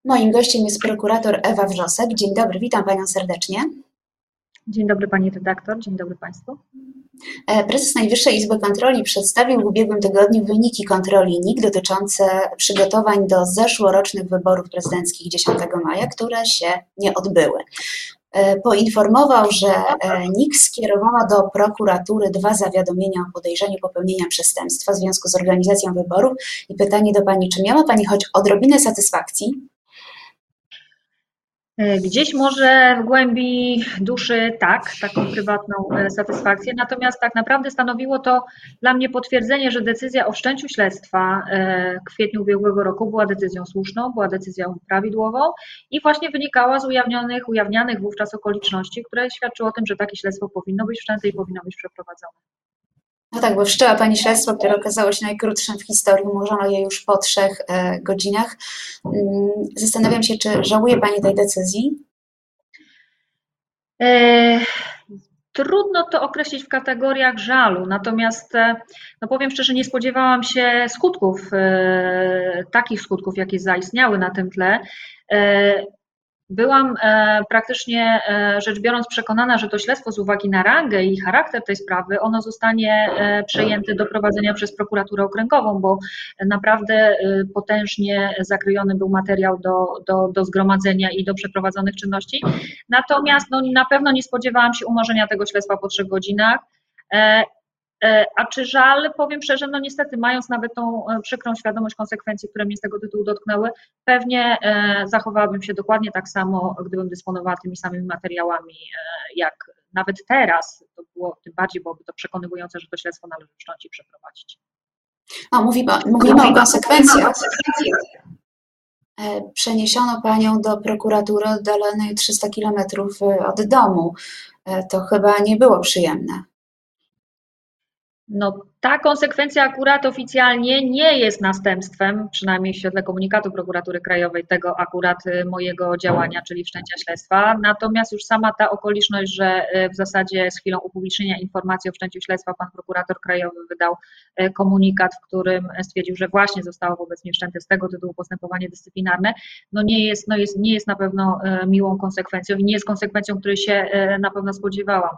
Moim gościem jest prokurator Ewa Wrzosek. Dzień dobry, witam Panią serdecznie. Dzień dobry Pani redaktor, dzień dobry Państwu. Prezes Najwyższej Izby Kontroli przedstawił w ubiegłym tygodniu wyniki kontroli NIK dotyczące przygotowań do zeszłorocznych wyborów prezydenckich 10 maja, które się nie odbyły. Poinformował, że NIK skierowała do prokuratury 2 zawiadomienia o podejrzeniu popełnienia przestępstwa w związku z organizacją wyborów. I pytanie do Pani, czy miała Pani choć odrobinę satysfakcji? Gdzieś może w głębi duszy tak, taką prywatną satysfakcję, natomiast tak naprawdę stanowiło to dla mnie potwierdzenie, że decyzja o wszczęciu śledztwa w kwietniu ubiegłego roku była decyzją słuszną, była decyzją prawidłową i właśnie wynikała z ujawnianych wówczas okoliczności, które świadczyły o tym, że takie śledztwo powinno być wszczęte i powinno być przeprowadzone. No tak, bo wszczęła Pani śledztwo, które okazało się najkrótszym w historii, umorzono je już po 3 godzinach. Zastanawiam się, czy żałuje Pani tej decyzji? Trudno to określić w kategoriach żalu, natomiast no powiem szczerze, nie spodziewałam się skutków, takich skutków, jakie zaistniały na tym tle. Byłam praktycznie rzecz biorąc przekonana, że to śledztwo z uwagi na rangę i charakter tej sprawy, ono zostanie przejęte do prowadzenia przez prokuraturę okręgową, bo naprawdę potężnie zakrojony był materiał do zgromadzenia i do przeprowadzonych czynności. Natomiast no, na pewno nie spodziewałam się umorzenia tego śledztwa po 3 godzinach. A czy żal? Powiem szczerze, no niestety mając nawet tą przykrą świadomość konsekwencji, które mnie z tego tytułu dotknęły, pewnie zachowałabym się dokładnie tak samo, gdybym dysponowała tymi samymi materiałami, jak nawet teraz. To było, tym bardziej byłoby to przekonywujące, że to śledztwo należy wszcząć i przeprowadzić. Mówimy o konsekwencjach. Przeniesiono Panią do prokuratury oddalonej 300 kilometrów od domu. To chyba nie było przyjemne. No, ta konsekwencja akurat oficjalnie nie jest następstwem, przynajmniej w świetle komunikatu Prokuratury Krajowej, tego akurat mojego działania, czyli wszczęcia śledztwa. Natomiast już sama ta okoliczność, że w zasadzie z chwilą upublicznienia informacji o wszczęciu śledztwa pan prokurator krajowy wydał komunikat, w którym stwierdził, że właśnie zostało wobec mnie wszczęte z tego tytułu postępowanie dyscyplinarne, no nie jest na pewno miłą konsekwencją i nie jest konsekwencją, której się na pewno spodziewałam.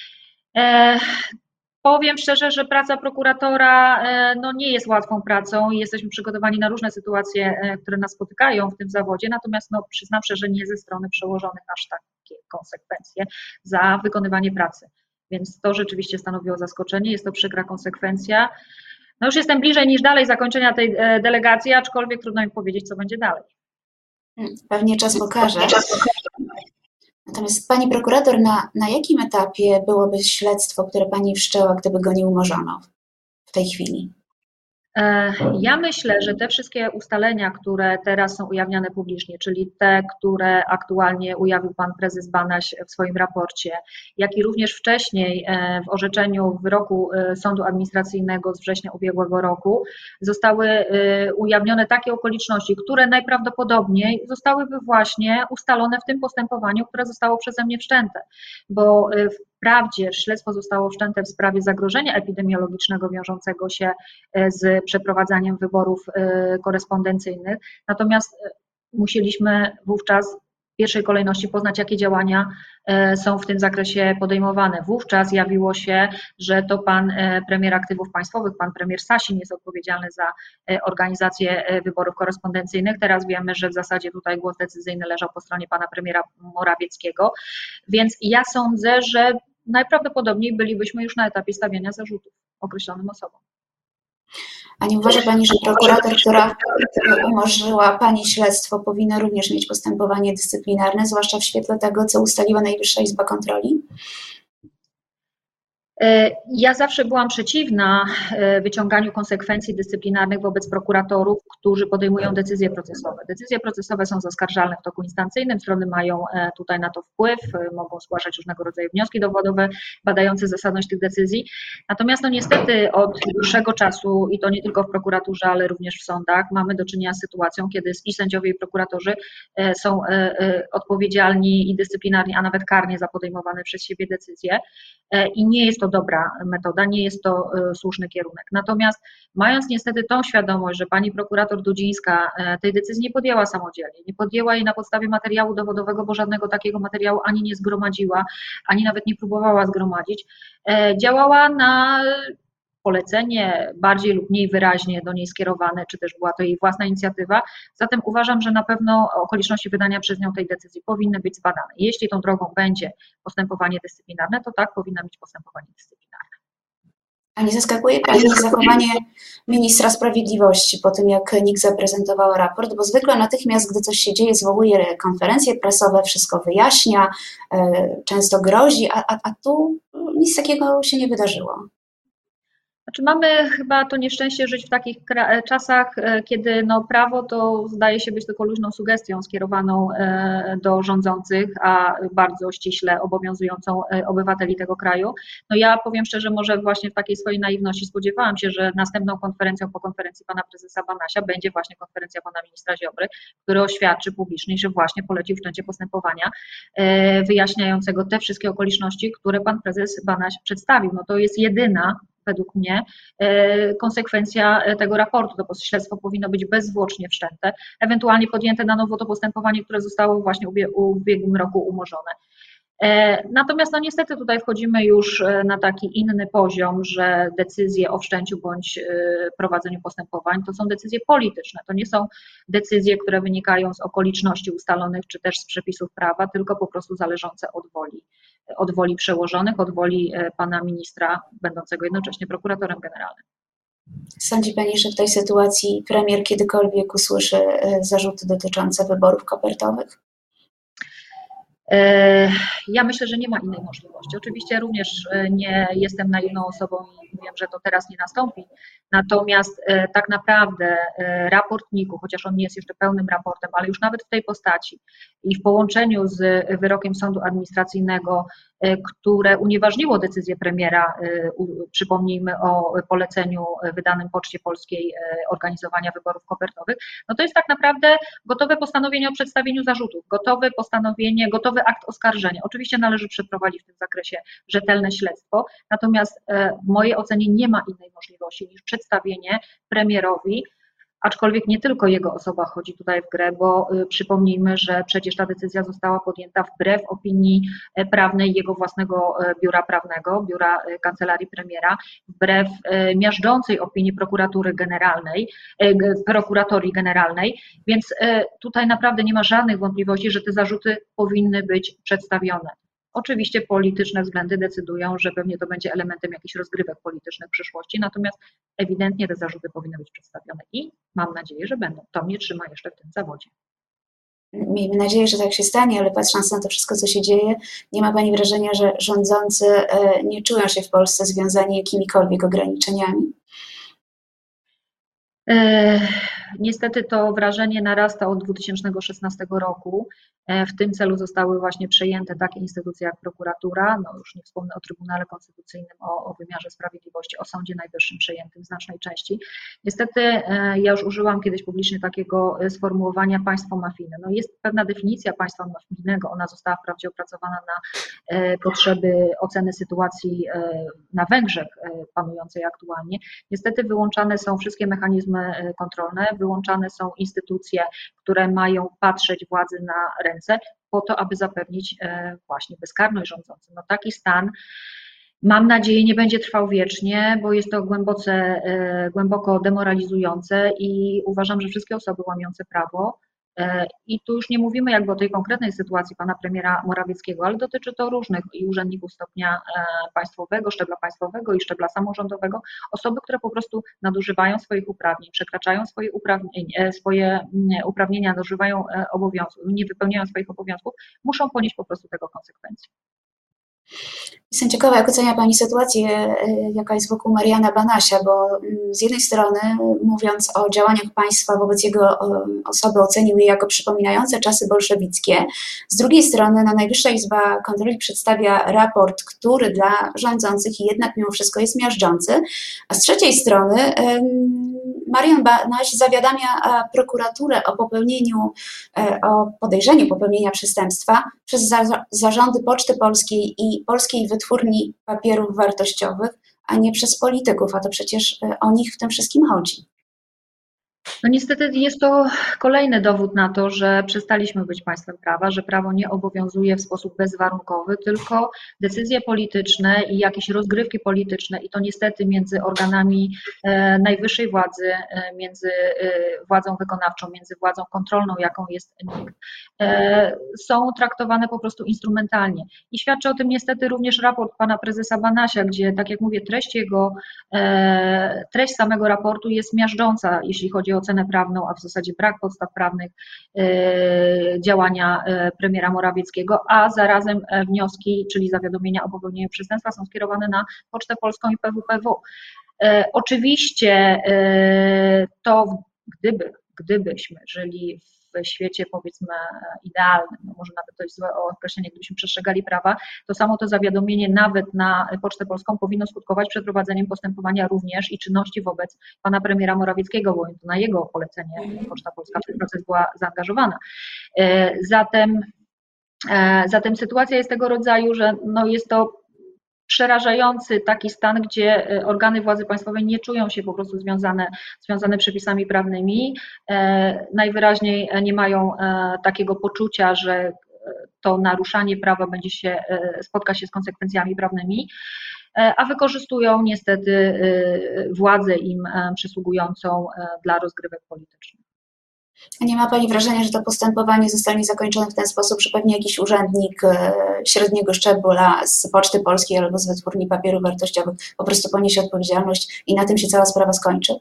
Powiem szczerze, że praca prokuratora no, nie jest łatwą pracą i jesteśmy przygotowani na różne sytuacje, które nas spotykają w tym zawodzie, natomiast no, przyznam szczerze, nie ze strony przełożonych aż takie konsekwencje za wykonywanie pracy. Więc to rzeczywiście stanowiło zaskoczenie, jest to przykra konsekwencja. No już jestem bliżej niż dalej zakończenia tej delegacji, aczkolwiek trudno mi powiedzieć, co będzie dalej. Pewnie czas pokaże. Natomiast Pani prokurator, na jakim etapie byłoby śledztwo, które Pani wszczęła, gdyby go nie umorzono w tej chwili? Ja myślę, że te wszystkie ustalenia, które teraz są ujawniane publicznie, czyli te, które aktualnie ujawnił pan prezes Banaś w swoim raporcie, jak i również wcześniej w orzeczeniu w wyroku Sądu Administracyjnego z września ubiegłego roku, zostały ujawnione takie okoliczności, które najprawdopodobniej zostałyby właśnie ustalone w tym postępowaniu, które zostało przeze mnie wszczęte, bo wprawdzie śledztwo zostało wszczęte w sprawie zagrożenia epidemiologicznego wiążącego się z przeprowadzaniem wyborów korespondencyjnych, natomiast musieliśmy wówczas w pierwszej kolejności poznać, jakie działania są w tym zakresie podejmowane. Wówczas jawiło się, że to pan premier aktywów państwowych, pan premier Sasin jest odpowiedzialny za organizację wyborów korespondencyjnych. Teraz wiemy, że w zasadzie tutaj głos decyzyjny leżał po stronie pana premiera Morawieckiego, więc ja sądzę, że najprawdopodobniej bylibyśmy już na etapie stawiania zarzutów określonym osobom. A nie uważa Pani, że prokurator, która umorzyła Pani śledztwo, powinna również mieć postępowanie dyscyplinarne, zwłaszcza w świetle tego, co ustaliła Najwyższa Izba Kontroli? Ja zawsze byłam przeciwna wyciąganiu konsekwencji dyscyplinarnych wobec prokuratorów, którzy podejmują decyzje procesowe. Decyzje procesowe są zaskarżalne w toku instancyjnym, strony mają tutaj na to wpływ, mogą zgłaszać różnego rodzaju wnioski dowodowe badające zasadność tych decyzji. Natomiast no niestety od dłuższego czasu, i to nie tylko w prokuraturze, ale również w sądach, mamy do czynienia z sytuacją, kiedy i sędziowie, i prokuratorzy są odpowiedzialni i dyscyplinarnie, a nawet karnie za podejmowane przez siebie decyzje i nie jest to dobra metoda, nie jest to słuszny kierunek. Natomiast mając niestety tą świadomość, że pani prokurator Dudzińska tej decyzji nie podjęła samodzielnie, nie podjęła jej na podstawie materiału dowodowego, bo żadnego takiego materiału ani nie zgromadziła, ani nawet nie próbowała zgromadzić, działała na polecenie bardziej lub mniej wyraźnie do niej skierowane, czy też była to jej własna inicjatywa. Zatem uważam, że na pewno okoliczności wydania przez nią tej decyzji powinny być zbadane. Jeśli tą drogą będzie postępowanie dyscyplinarne, to tak, powinno być postępowanie dyscyplinarne. A nie zaskakuje Pani zachowanie ministra sprawiedliwości po tym, jak NIK zaprezentowała raport, bo zwykle natychmiast, gdy coś się dzieje, zwołuje konferencje prasowe, wszystko wyjaśnia, często grozi, a tu nic takiego się nie wydarzyło. Znaczy mamy chyba to nieszczęście żyć w takich czasach, kiedy prawo to zdaje się być tylko luźną sugestią skierowaną do rządzących, a bardzo ściśle obowiązującą obywateli tego kraju. Ja powiem szczerze, może właśnie w takiej swojej naiwności spodziewałam się, że następną konferencją po konferencji pana prezesa Banasia będzie właśnie konferencja pana ministra Ziobry, który oświadczy publicznie, że właśnie polecił wszczęcie postępowania wyjaśniającego te wszystkie okoliczności, które pan prezes Banaś przedstawił. To jest jedyna, według mnie, konsekwencja tego raportu. To śledztwo powinno być bezzwłocznie wszczęte, ewentualnie podjęte na nowo to postępowanie, które zostało właśnie w ubiegłym roku umorzone. Natomiast niestety tutaj wchodzimy już na taki inny poziom, że decyzje o wszczęciu bądź prowadzeniu postępowań to są decyzje polityczne, to nie są decyzje, które wynikają z okoliczności ustalonych czy też z przepisów prawa, tylko po prostu zależące od woli przełożonych, od woli pana ministra, będącego jednocześnie prokuratorem generalnym. Sądzi Pani, że w tej sytuacji premier kiedykolwiek usłyszy zarzuty dotyczące wyborów kopertowych? Ja myślę, że nie ma innej możliwości. Oczywiście również nie jestem naiwną osobą i wiem, że to teraz nie nastąpi. Natomiast tak naprawdę raport NIK-u, chociaż on nie jest jeszcze pełnym raportem, ale już nawet w tej postaci i w połączeniu z wyrokiem sądu administracyjnego, które unieważniło decyzję premiera, przypomnijmy o poleceniu wydanym Poczcie Polskiej organizowania wyborów kopertowych, to jest tak naprawdę gotowe postanowienie o przedstawieniu zarzutów, gotowy akt oskarżenia. Oczywiście należy przeprowadzić w tym zakresie rzetelne śledztwo, natomiast w mojej ocenie nie ma innej możliwości niż przedstawienie premierowi, aczkolwiek nie tylko jego osoba wchodzi tutaj w grę, bo przypomnijmy, że przecież ta decyzja została podjęta wbrew opinii prawnej jego własnego biura prawnego, biura kancelarii premiera, wbrew miażdżącej opinii prokuratorii generalnej, więc tutaj naprawdę nie ma żadnych wątpliwości, że te zarzuty powinny być przedstawione. Oczywiście polityczne względy decydują, że pewnie to będzie elementem jakichś rozgrywek politycznych w przyszłości, natomiast ewidentnie te zarzuty powinny być przedstawione i mam nadzieję, że będą. To mnie trzyma jeszcze w tym zawodzie. Miejmy nadzieję, że tak się stanie, ale patrząc na to wszystko, co się dzieje, nie ma Pani wrażenia, że rządzący nie czują się w Polsce związani jakimikolwiek ograniczeniami? Niestety to wrażenie narasta od 2016 roku. W tym celu zostały właśnie przejęte takie instytucje jak prokuratura, już nie wspomnę o Trybunale Konstytucyjnym, o wymiarze sprawiedliwości, o Sądzie Najwyższym przejętym w znacznej części. Niestety ja już użyłam kiedyś publicznie takiego sformułowania państwo mafijne. Jest pewna definicja państwa mafijnego, ona została wprawdzie opracowana na potrzeby oceny sytuacji na Węgrzech panującej aktualnie. Niestety wyłączane są wszystkie mechanizmy kontrolne, wyłączane są instytucje, które mają patrzeć władzy na ręce po to, aby zapewnić właśnie bezkarność rządzącym. Taki stan, mam nadzieję, nie będzie trwał wiecznie, bo jest to głęboko demoralizujące i uważam, że wszystkie osoby łamiące prawo, i tu już nie mówimy jakby o tej konkretnej sytuacji pana premiera Morawieckiego, ale dotyczy to różnych i urzędników stopnia państwowego, szczebla państwowego i szczebla samorządowego, osoby, które po prostu nadużywają swoich uprawnień, przekraczają swoje uprawnienia, nadużywają obowiązków, nie wypełniają swoich obowiązków, muszą ponieść po prostu tego konsekwencje. Jestem ciekawa, jak ocenia Pani sytuację, jaka jest wokół Mariana Banasia, bo z jednej strony, mówiąc o działaniach państwa wobec jego osoby, ocenił je jako przypominające czasy bolszewickie. Z drugiej strony Najwyższa Izba Kontroli przedstawia raport, który dla rządzących jednak mimo wszystko jest miażdżący, a z trzeciej strony Marian Banaś zawiadamia prokuraturę o podejrzeniu popełnienia przestępstwa przez zarządy Poczty Polskiej i Polskiej Wytwórni Papierów Wartościowych, a nie przez polityków, a to przecież o nich w tym wszystkim chodzi. No niestety jest to kolejny dowód na to, że przestaliśmy być państwem prawa, że prawo nie obowiązuje w sposób bezwarunkowy, tylko decyzje polityczne i jakieś rozgrywki polityczne i to niestety między organami najwyższej władzy, między władzą wykonawczą, między władzą kontrolną, jaką jest NIK, są traktowane po prostu instrumentalnie. I świadczy o tym niestety również raport pana prezesa Banasia, gdzie, tak jak mówię, treść samego raportu jest miażdżąca, jeśli chodzi o ocenę prawną, a w zasadzie brak podstaw prawnych działania premiera Morawieckiego, a zarazem wnioski, czyli zawiadomienia o popełnieniu przestępstwa są skierowane na Pocztę Polską i PWPW. Oczywiście to gdybyśmy żyli w świecie, powiedzmy, idealnym, no może nawet to jest złe określenie, gdybyśmy przestrzegali prawa, to samo to zawiadomienie nawet na Pocztę Polską powinno skutkować przeprowadzeniem postępowania również i czynności wobec pana premiera Morawieckiego, bo to na jego polecenie Poczta Polska w ten proces była zaangażowana. Zatem sytuacja jest tego rodzaju, że no jest to przerażający taki stan, gdzie organy władzy państwowej nie czują się po prostu związane przepisami prawnymi, najwyraźniej nie mają takiego poczucia, że to naruszanie prawa spotka się z konsekwencjami prawnymi, a wykorzystują niestety władzę im przysługującą dla rozgrywek politycznych. A nie ma Pani wrażenia, że to postępowanie zostanie zakończone w ten sposób, że pewnie jakiś urzędnik średniego szczebla z Poczty Polskiej albo z Wytwórni Papierów Wartościowych po prostu poniesie odpowiedzialność i na tym się cała sprawa skończy?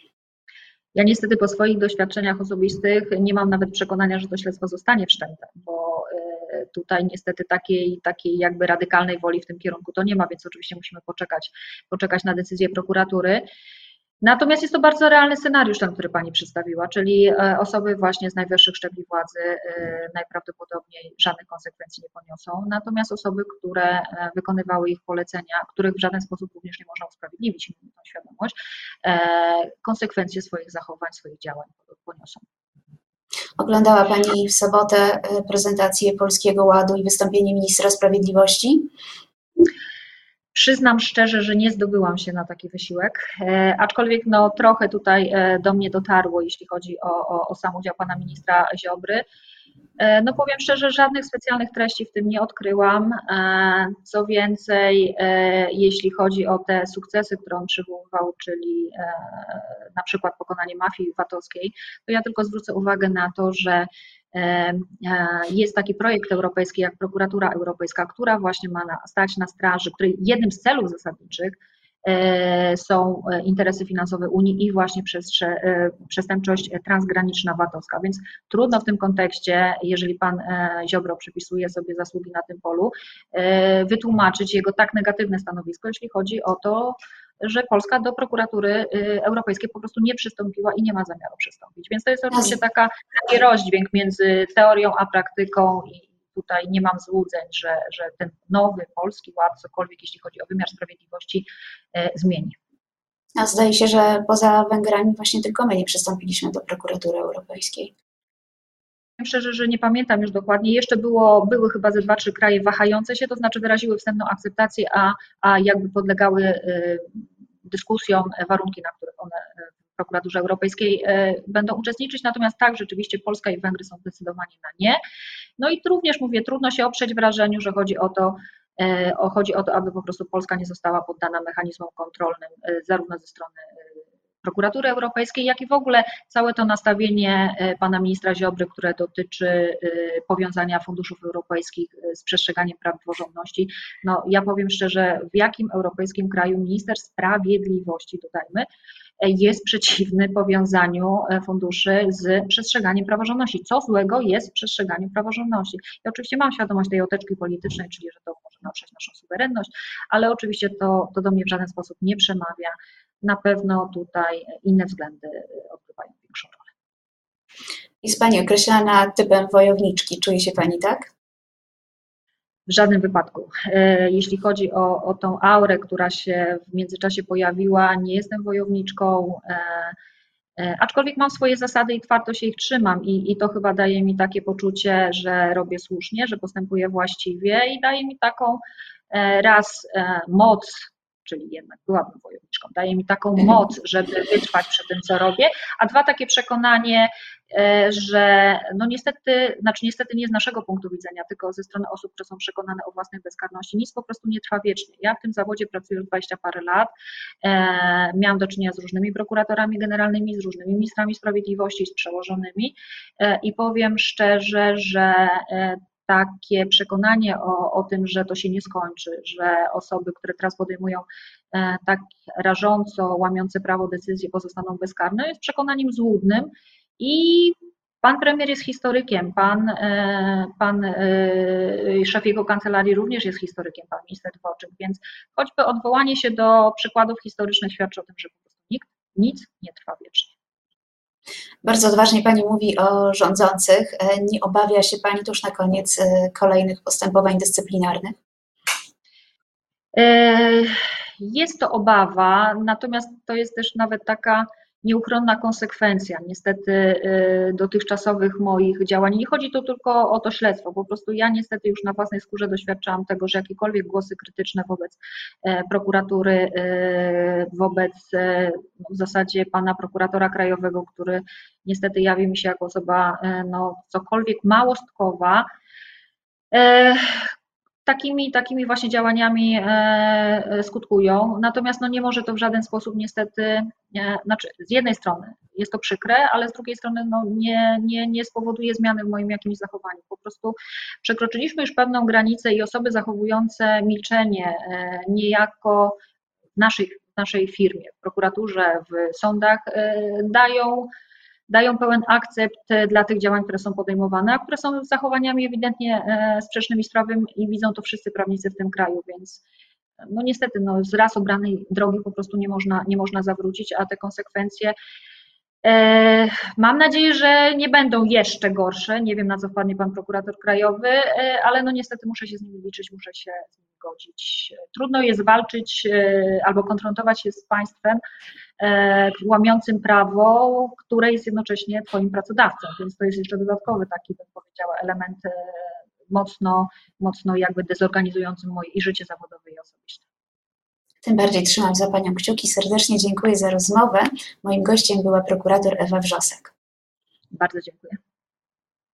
Ja niestety po swoich doświadczeniach osobistych nie mam nawet przekonania, że to śledztwo zostanie wszczęte, bo tutaj niestety takiej jakby radykalnej woli w tym kierunku to nie ma, więc oczywiście musimy poczekać na decyzję prokuratury. Natomiast jest to bardzo realny scenariusz, ten, który Pani przedstawiła, czyli osoby właśnie z najwyższych szczebli władzy najprawdopodobniej żadnych konsekwencji nie poniosą, natomiast osoby, które wykonywały ich polecenia, których w żaden sposób również nie można usprawiedliwić, mamy tą świadomość, konsekwencje swoich zachowań, swoich działań poniosą. Oglądała Pani w sobotę prezentację Polskiego Ładu i wystąpienie ministra sprawiedliwości? Przyznam szczerze, że nie zdobyłam się na taki wysiłek, aczkolwiek no, trochę tutaj do mnie dotarło, jeśli chodzi o sam udział pana ministra Ziobry. No powiem szczerze, żadnych specjalnych treści w tym nie odkryłam. Co więcej, jeśli chodzi o te sukcesy, które on przywoływał, czyli na przykład pokonanie mafii VAT-owskiej, to ja tylko zwrócę uwagę na to, że jest taki projekt europejski jak Prokuratura Europejska, która właśnie ma stać na straży, której jednym z celów zasadniczych są interesy finansowe Unii i właśnie przestępczość transgraniczna VAT-owska, więc trudno w tym kontekście, jeżeli pan Ziobro przypisuje sobie zasługi na tym polu, wytłumaczyć jego tak negatywne stanowisko, jeśli chodzi o to, że Polska do prokuratury europejskiej po prostu nie przystąpiła i nie ma zamiaru przystąpić. Więc to jest oczywiście taki rozdźwięk między teorią a praktyką i tutaj nie mam złudzeń, że ten nowy Polski Ład cokolwiek, jeśli chodzi o wymiar sprawiedliwości, zmieni. A zdaje się, że poza Węgrami właśnie tylko my nie przystąpiliśmy do prokuratury europejskiej. Szczerze, że nie pamiętam już dokładnie. Jeszcze były chyba ze 2-3 kraje wahające się, to znaczy wyraziły wstępną akceptację, a jakby podlegały dyskusjom warunki, na których one w prokuraturze europejskiej będą uczestniczyć. Natomiast tak, rzeczywiście Polska i Węgry są zdecydowanie na nie. No i również mówię, trudno się oprzeć wrażeniu, że chodzi o to, aby po prostu Polska nie została poddana mechanizmom kontrolnym zarówno ze strony Prokuratury Europejskiej, jak i w ogóle całe to nastawienie pana ministra Ziobry, które dotyczy powiązania funduszów europejskich z przestrzeganiem praw praworządności. No, ja powiem szczerze, w jakim europejskim kraju minister sprawiedliwości, dodajmy, jest przeciwny powiązaniu funduszy z przestrzeganiem praworządności. Co złego jest w przestrzeganiu praworządności? Ja oczywiście mam świadomość tej oteczki politycznej, czyli że to może naruszać naszą suwerenność, ale oczywiście to do mnie w żaden sposób nie przemawia. Na pewno tutaj inne względy odgrywają większą rolę. Jest Pani określana typem wojowniczki. Czuje się Pani tak? W żadnym wypadku. Jeśli chodzi o tą aurę, która się w międzyczasie pojawiła, nie jestem wojowniczką. Aczkolwiek mam swoje zasady i twardo się ich trzymam i to chyba daje mi takie poczucie, że robię słusznie, że postępuję właściwie i daje mi taką raz moc, czyli jednak byłabym wojowniczką, daje mi taką moc, żeby wytrwać przy tym, co robię, a dwa, takie przekonanie, że no niestety, znaczy niestety nie z naszego punktu widzenia, tylko ze strony osób, które są przekonane o własnej bezkarności, nic po prostu nie trwa wiecznie. Ja w tym zawodzie pracuję już 20 parę lat, miałam do czynienia z różnymi prokuratorami generalnymi, z różnymi ministrami sprawiedliwości, z przełożonymi i powiem szczerze, że takie przekonanie o tym, że to się nie skończy, że osoby, które teraz podejmują tak rażąco łamiące prawo decyzje, pozostaną bezkarne, jest przekonaniem złudnym i pan premier jest historykiem, pan szef jego kancelarii również jest historykiem, pan minister Dworczyk, więc choćby odwołanie się do przykładów historycznych świadczy o tym, że po prostu nic nie trwa wiecznie. Bardzo odważnie Pani mówi o rządzących. Nie obawia się Pani tuż na koniec kolejnych postępowań dyscyplinarnych? Jest to obawa, natomiast to jest też nawet taka nieuchronna konsekwencja niestety dotychczasowych moich działań. Nie chodzi tu tylko o to śledztwo, po prostu ja niestety już na własnej skórze doświadczałam tego, że jakiekolwiek głosy krytyczne wobec prokuratury, wobec w zasadzie pana prokuratora krajowego, który niestety jawi mi się jako osoba no, cokolwiek małostkowa, takimi właśnie działaniami skutkują, natomiast no nie może to w żaden sposób niestety, znaczy z jednej strony jest to przykre, ale z drugiej strony no nie spowoduje zmiany w moim jakimś zachowaniu. Po prostu przekroczyliśmy już pewną granicę i osoby zachowujące milczenie niejako w naszej firmie, w prokuraturze, w sądach dają pełen akcept dla tych działań, które są podejmowane, a które są zachowaniami ewidentnie sprzecznymi z prawem i widzą to wszyscy prawnicy w tym kraju, więc no niestety no, z raz obranej drogi po prostu nie można zawrócić, a te konsekwencje mam nadzieję, że nie będą jeszcze gorsze. Nie wiem, na co wpadnie pan prokurator krajowy, ale no niestety muszę się z nimi liczyć, muszę się z nimi godzić. Trudno jest walczyć albo konfrontować się z państwem łamiącym prawo, które jest jednocześnie twoim pracodawcą, więc to jest jeszcze dodatkowy taki, bym powiedziała, element mocno jakby dezorganizujący moje i życie zawodowe i osobiste. Tym bardziej trzymam za Panią kciuki. Serdecznie dziękuję za rozmowę. Moim gościem była prokurator Ewa Wrzosek. Bardzo dziękuję.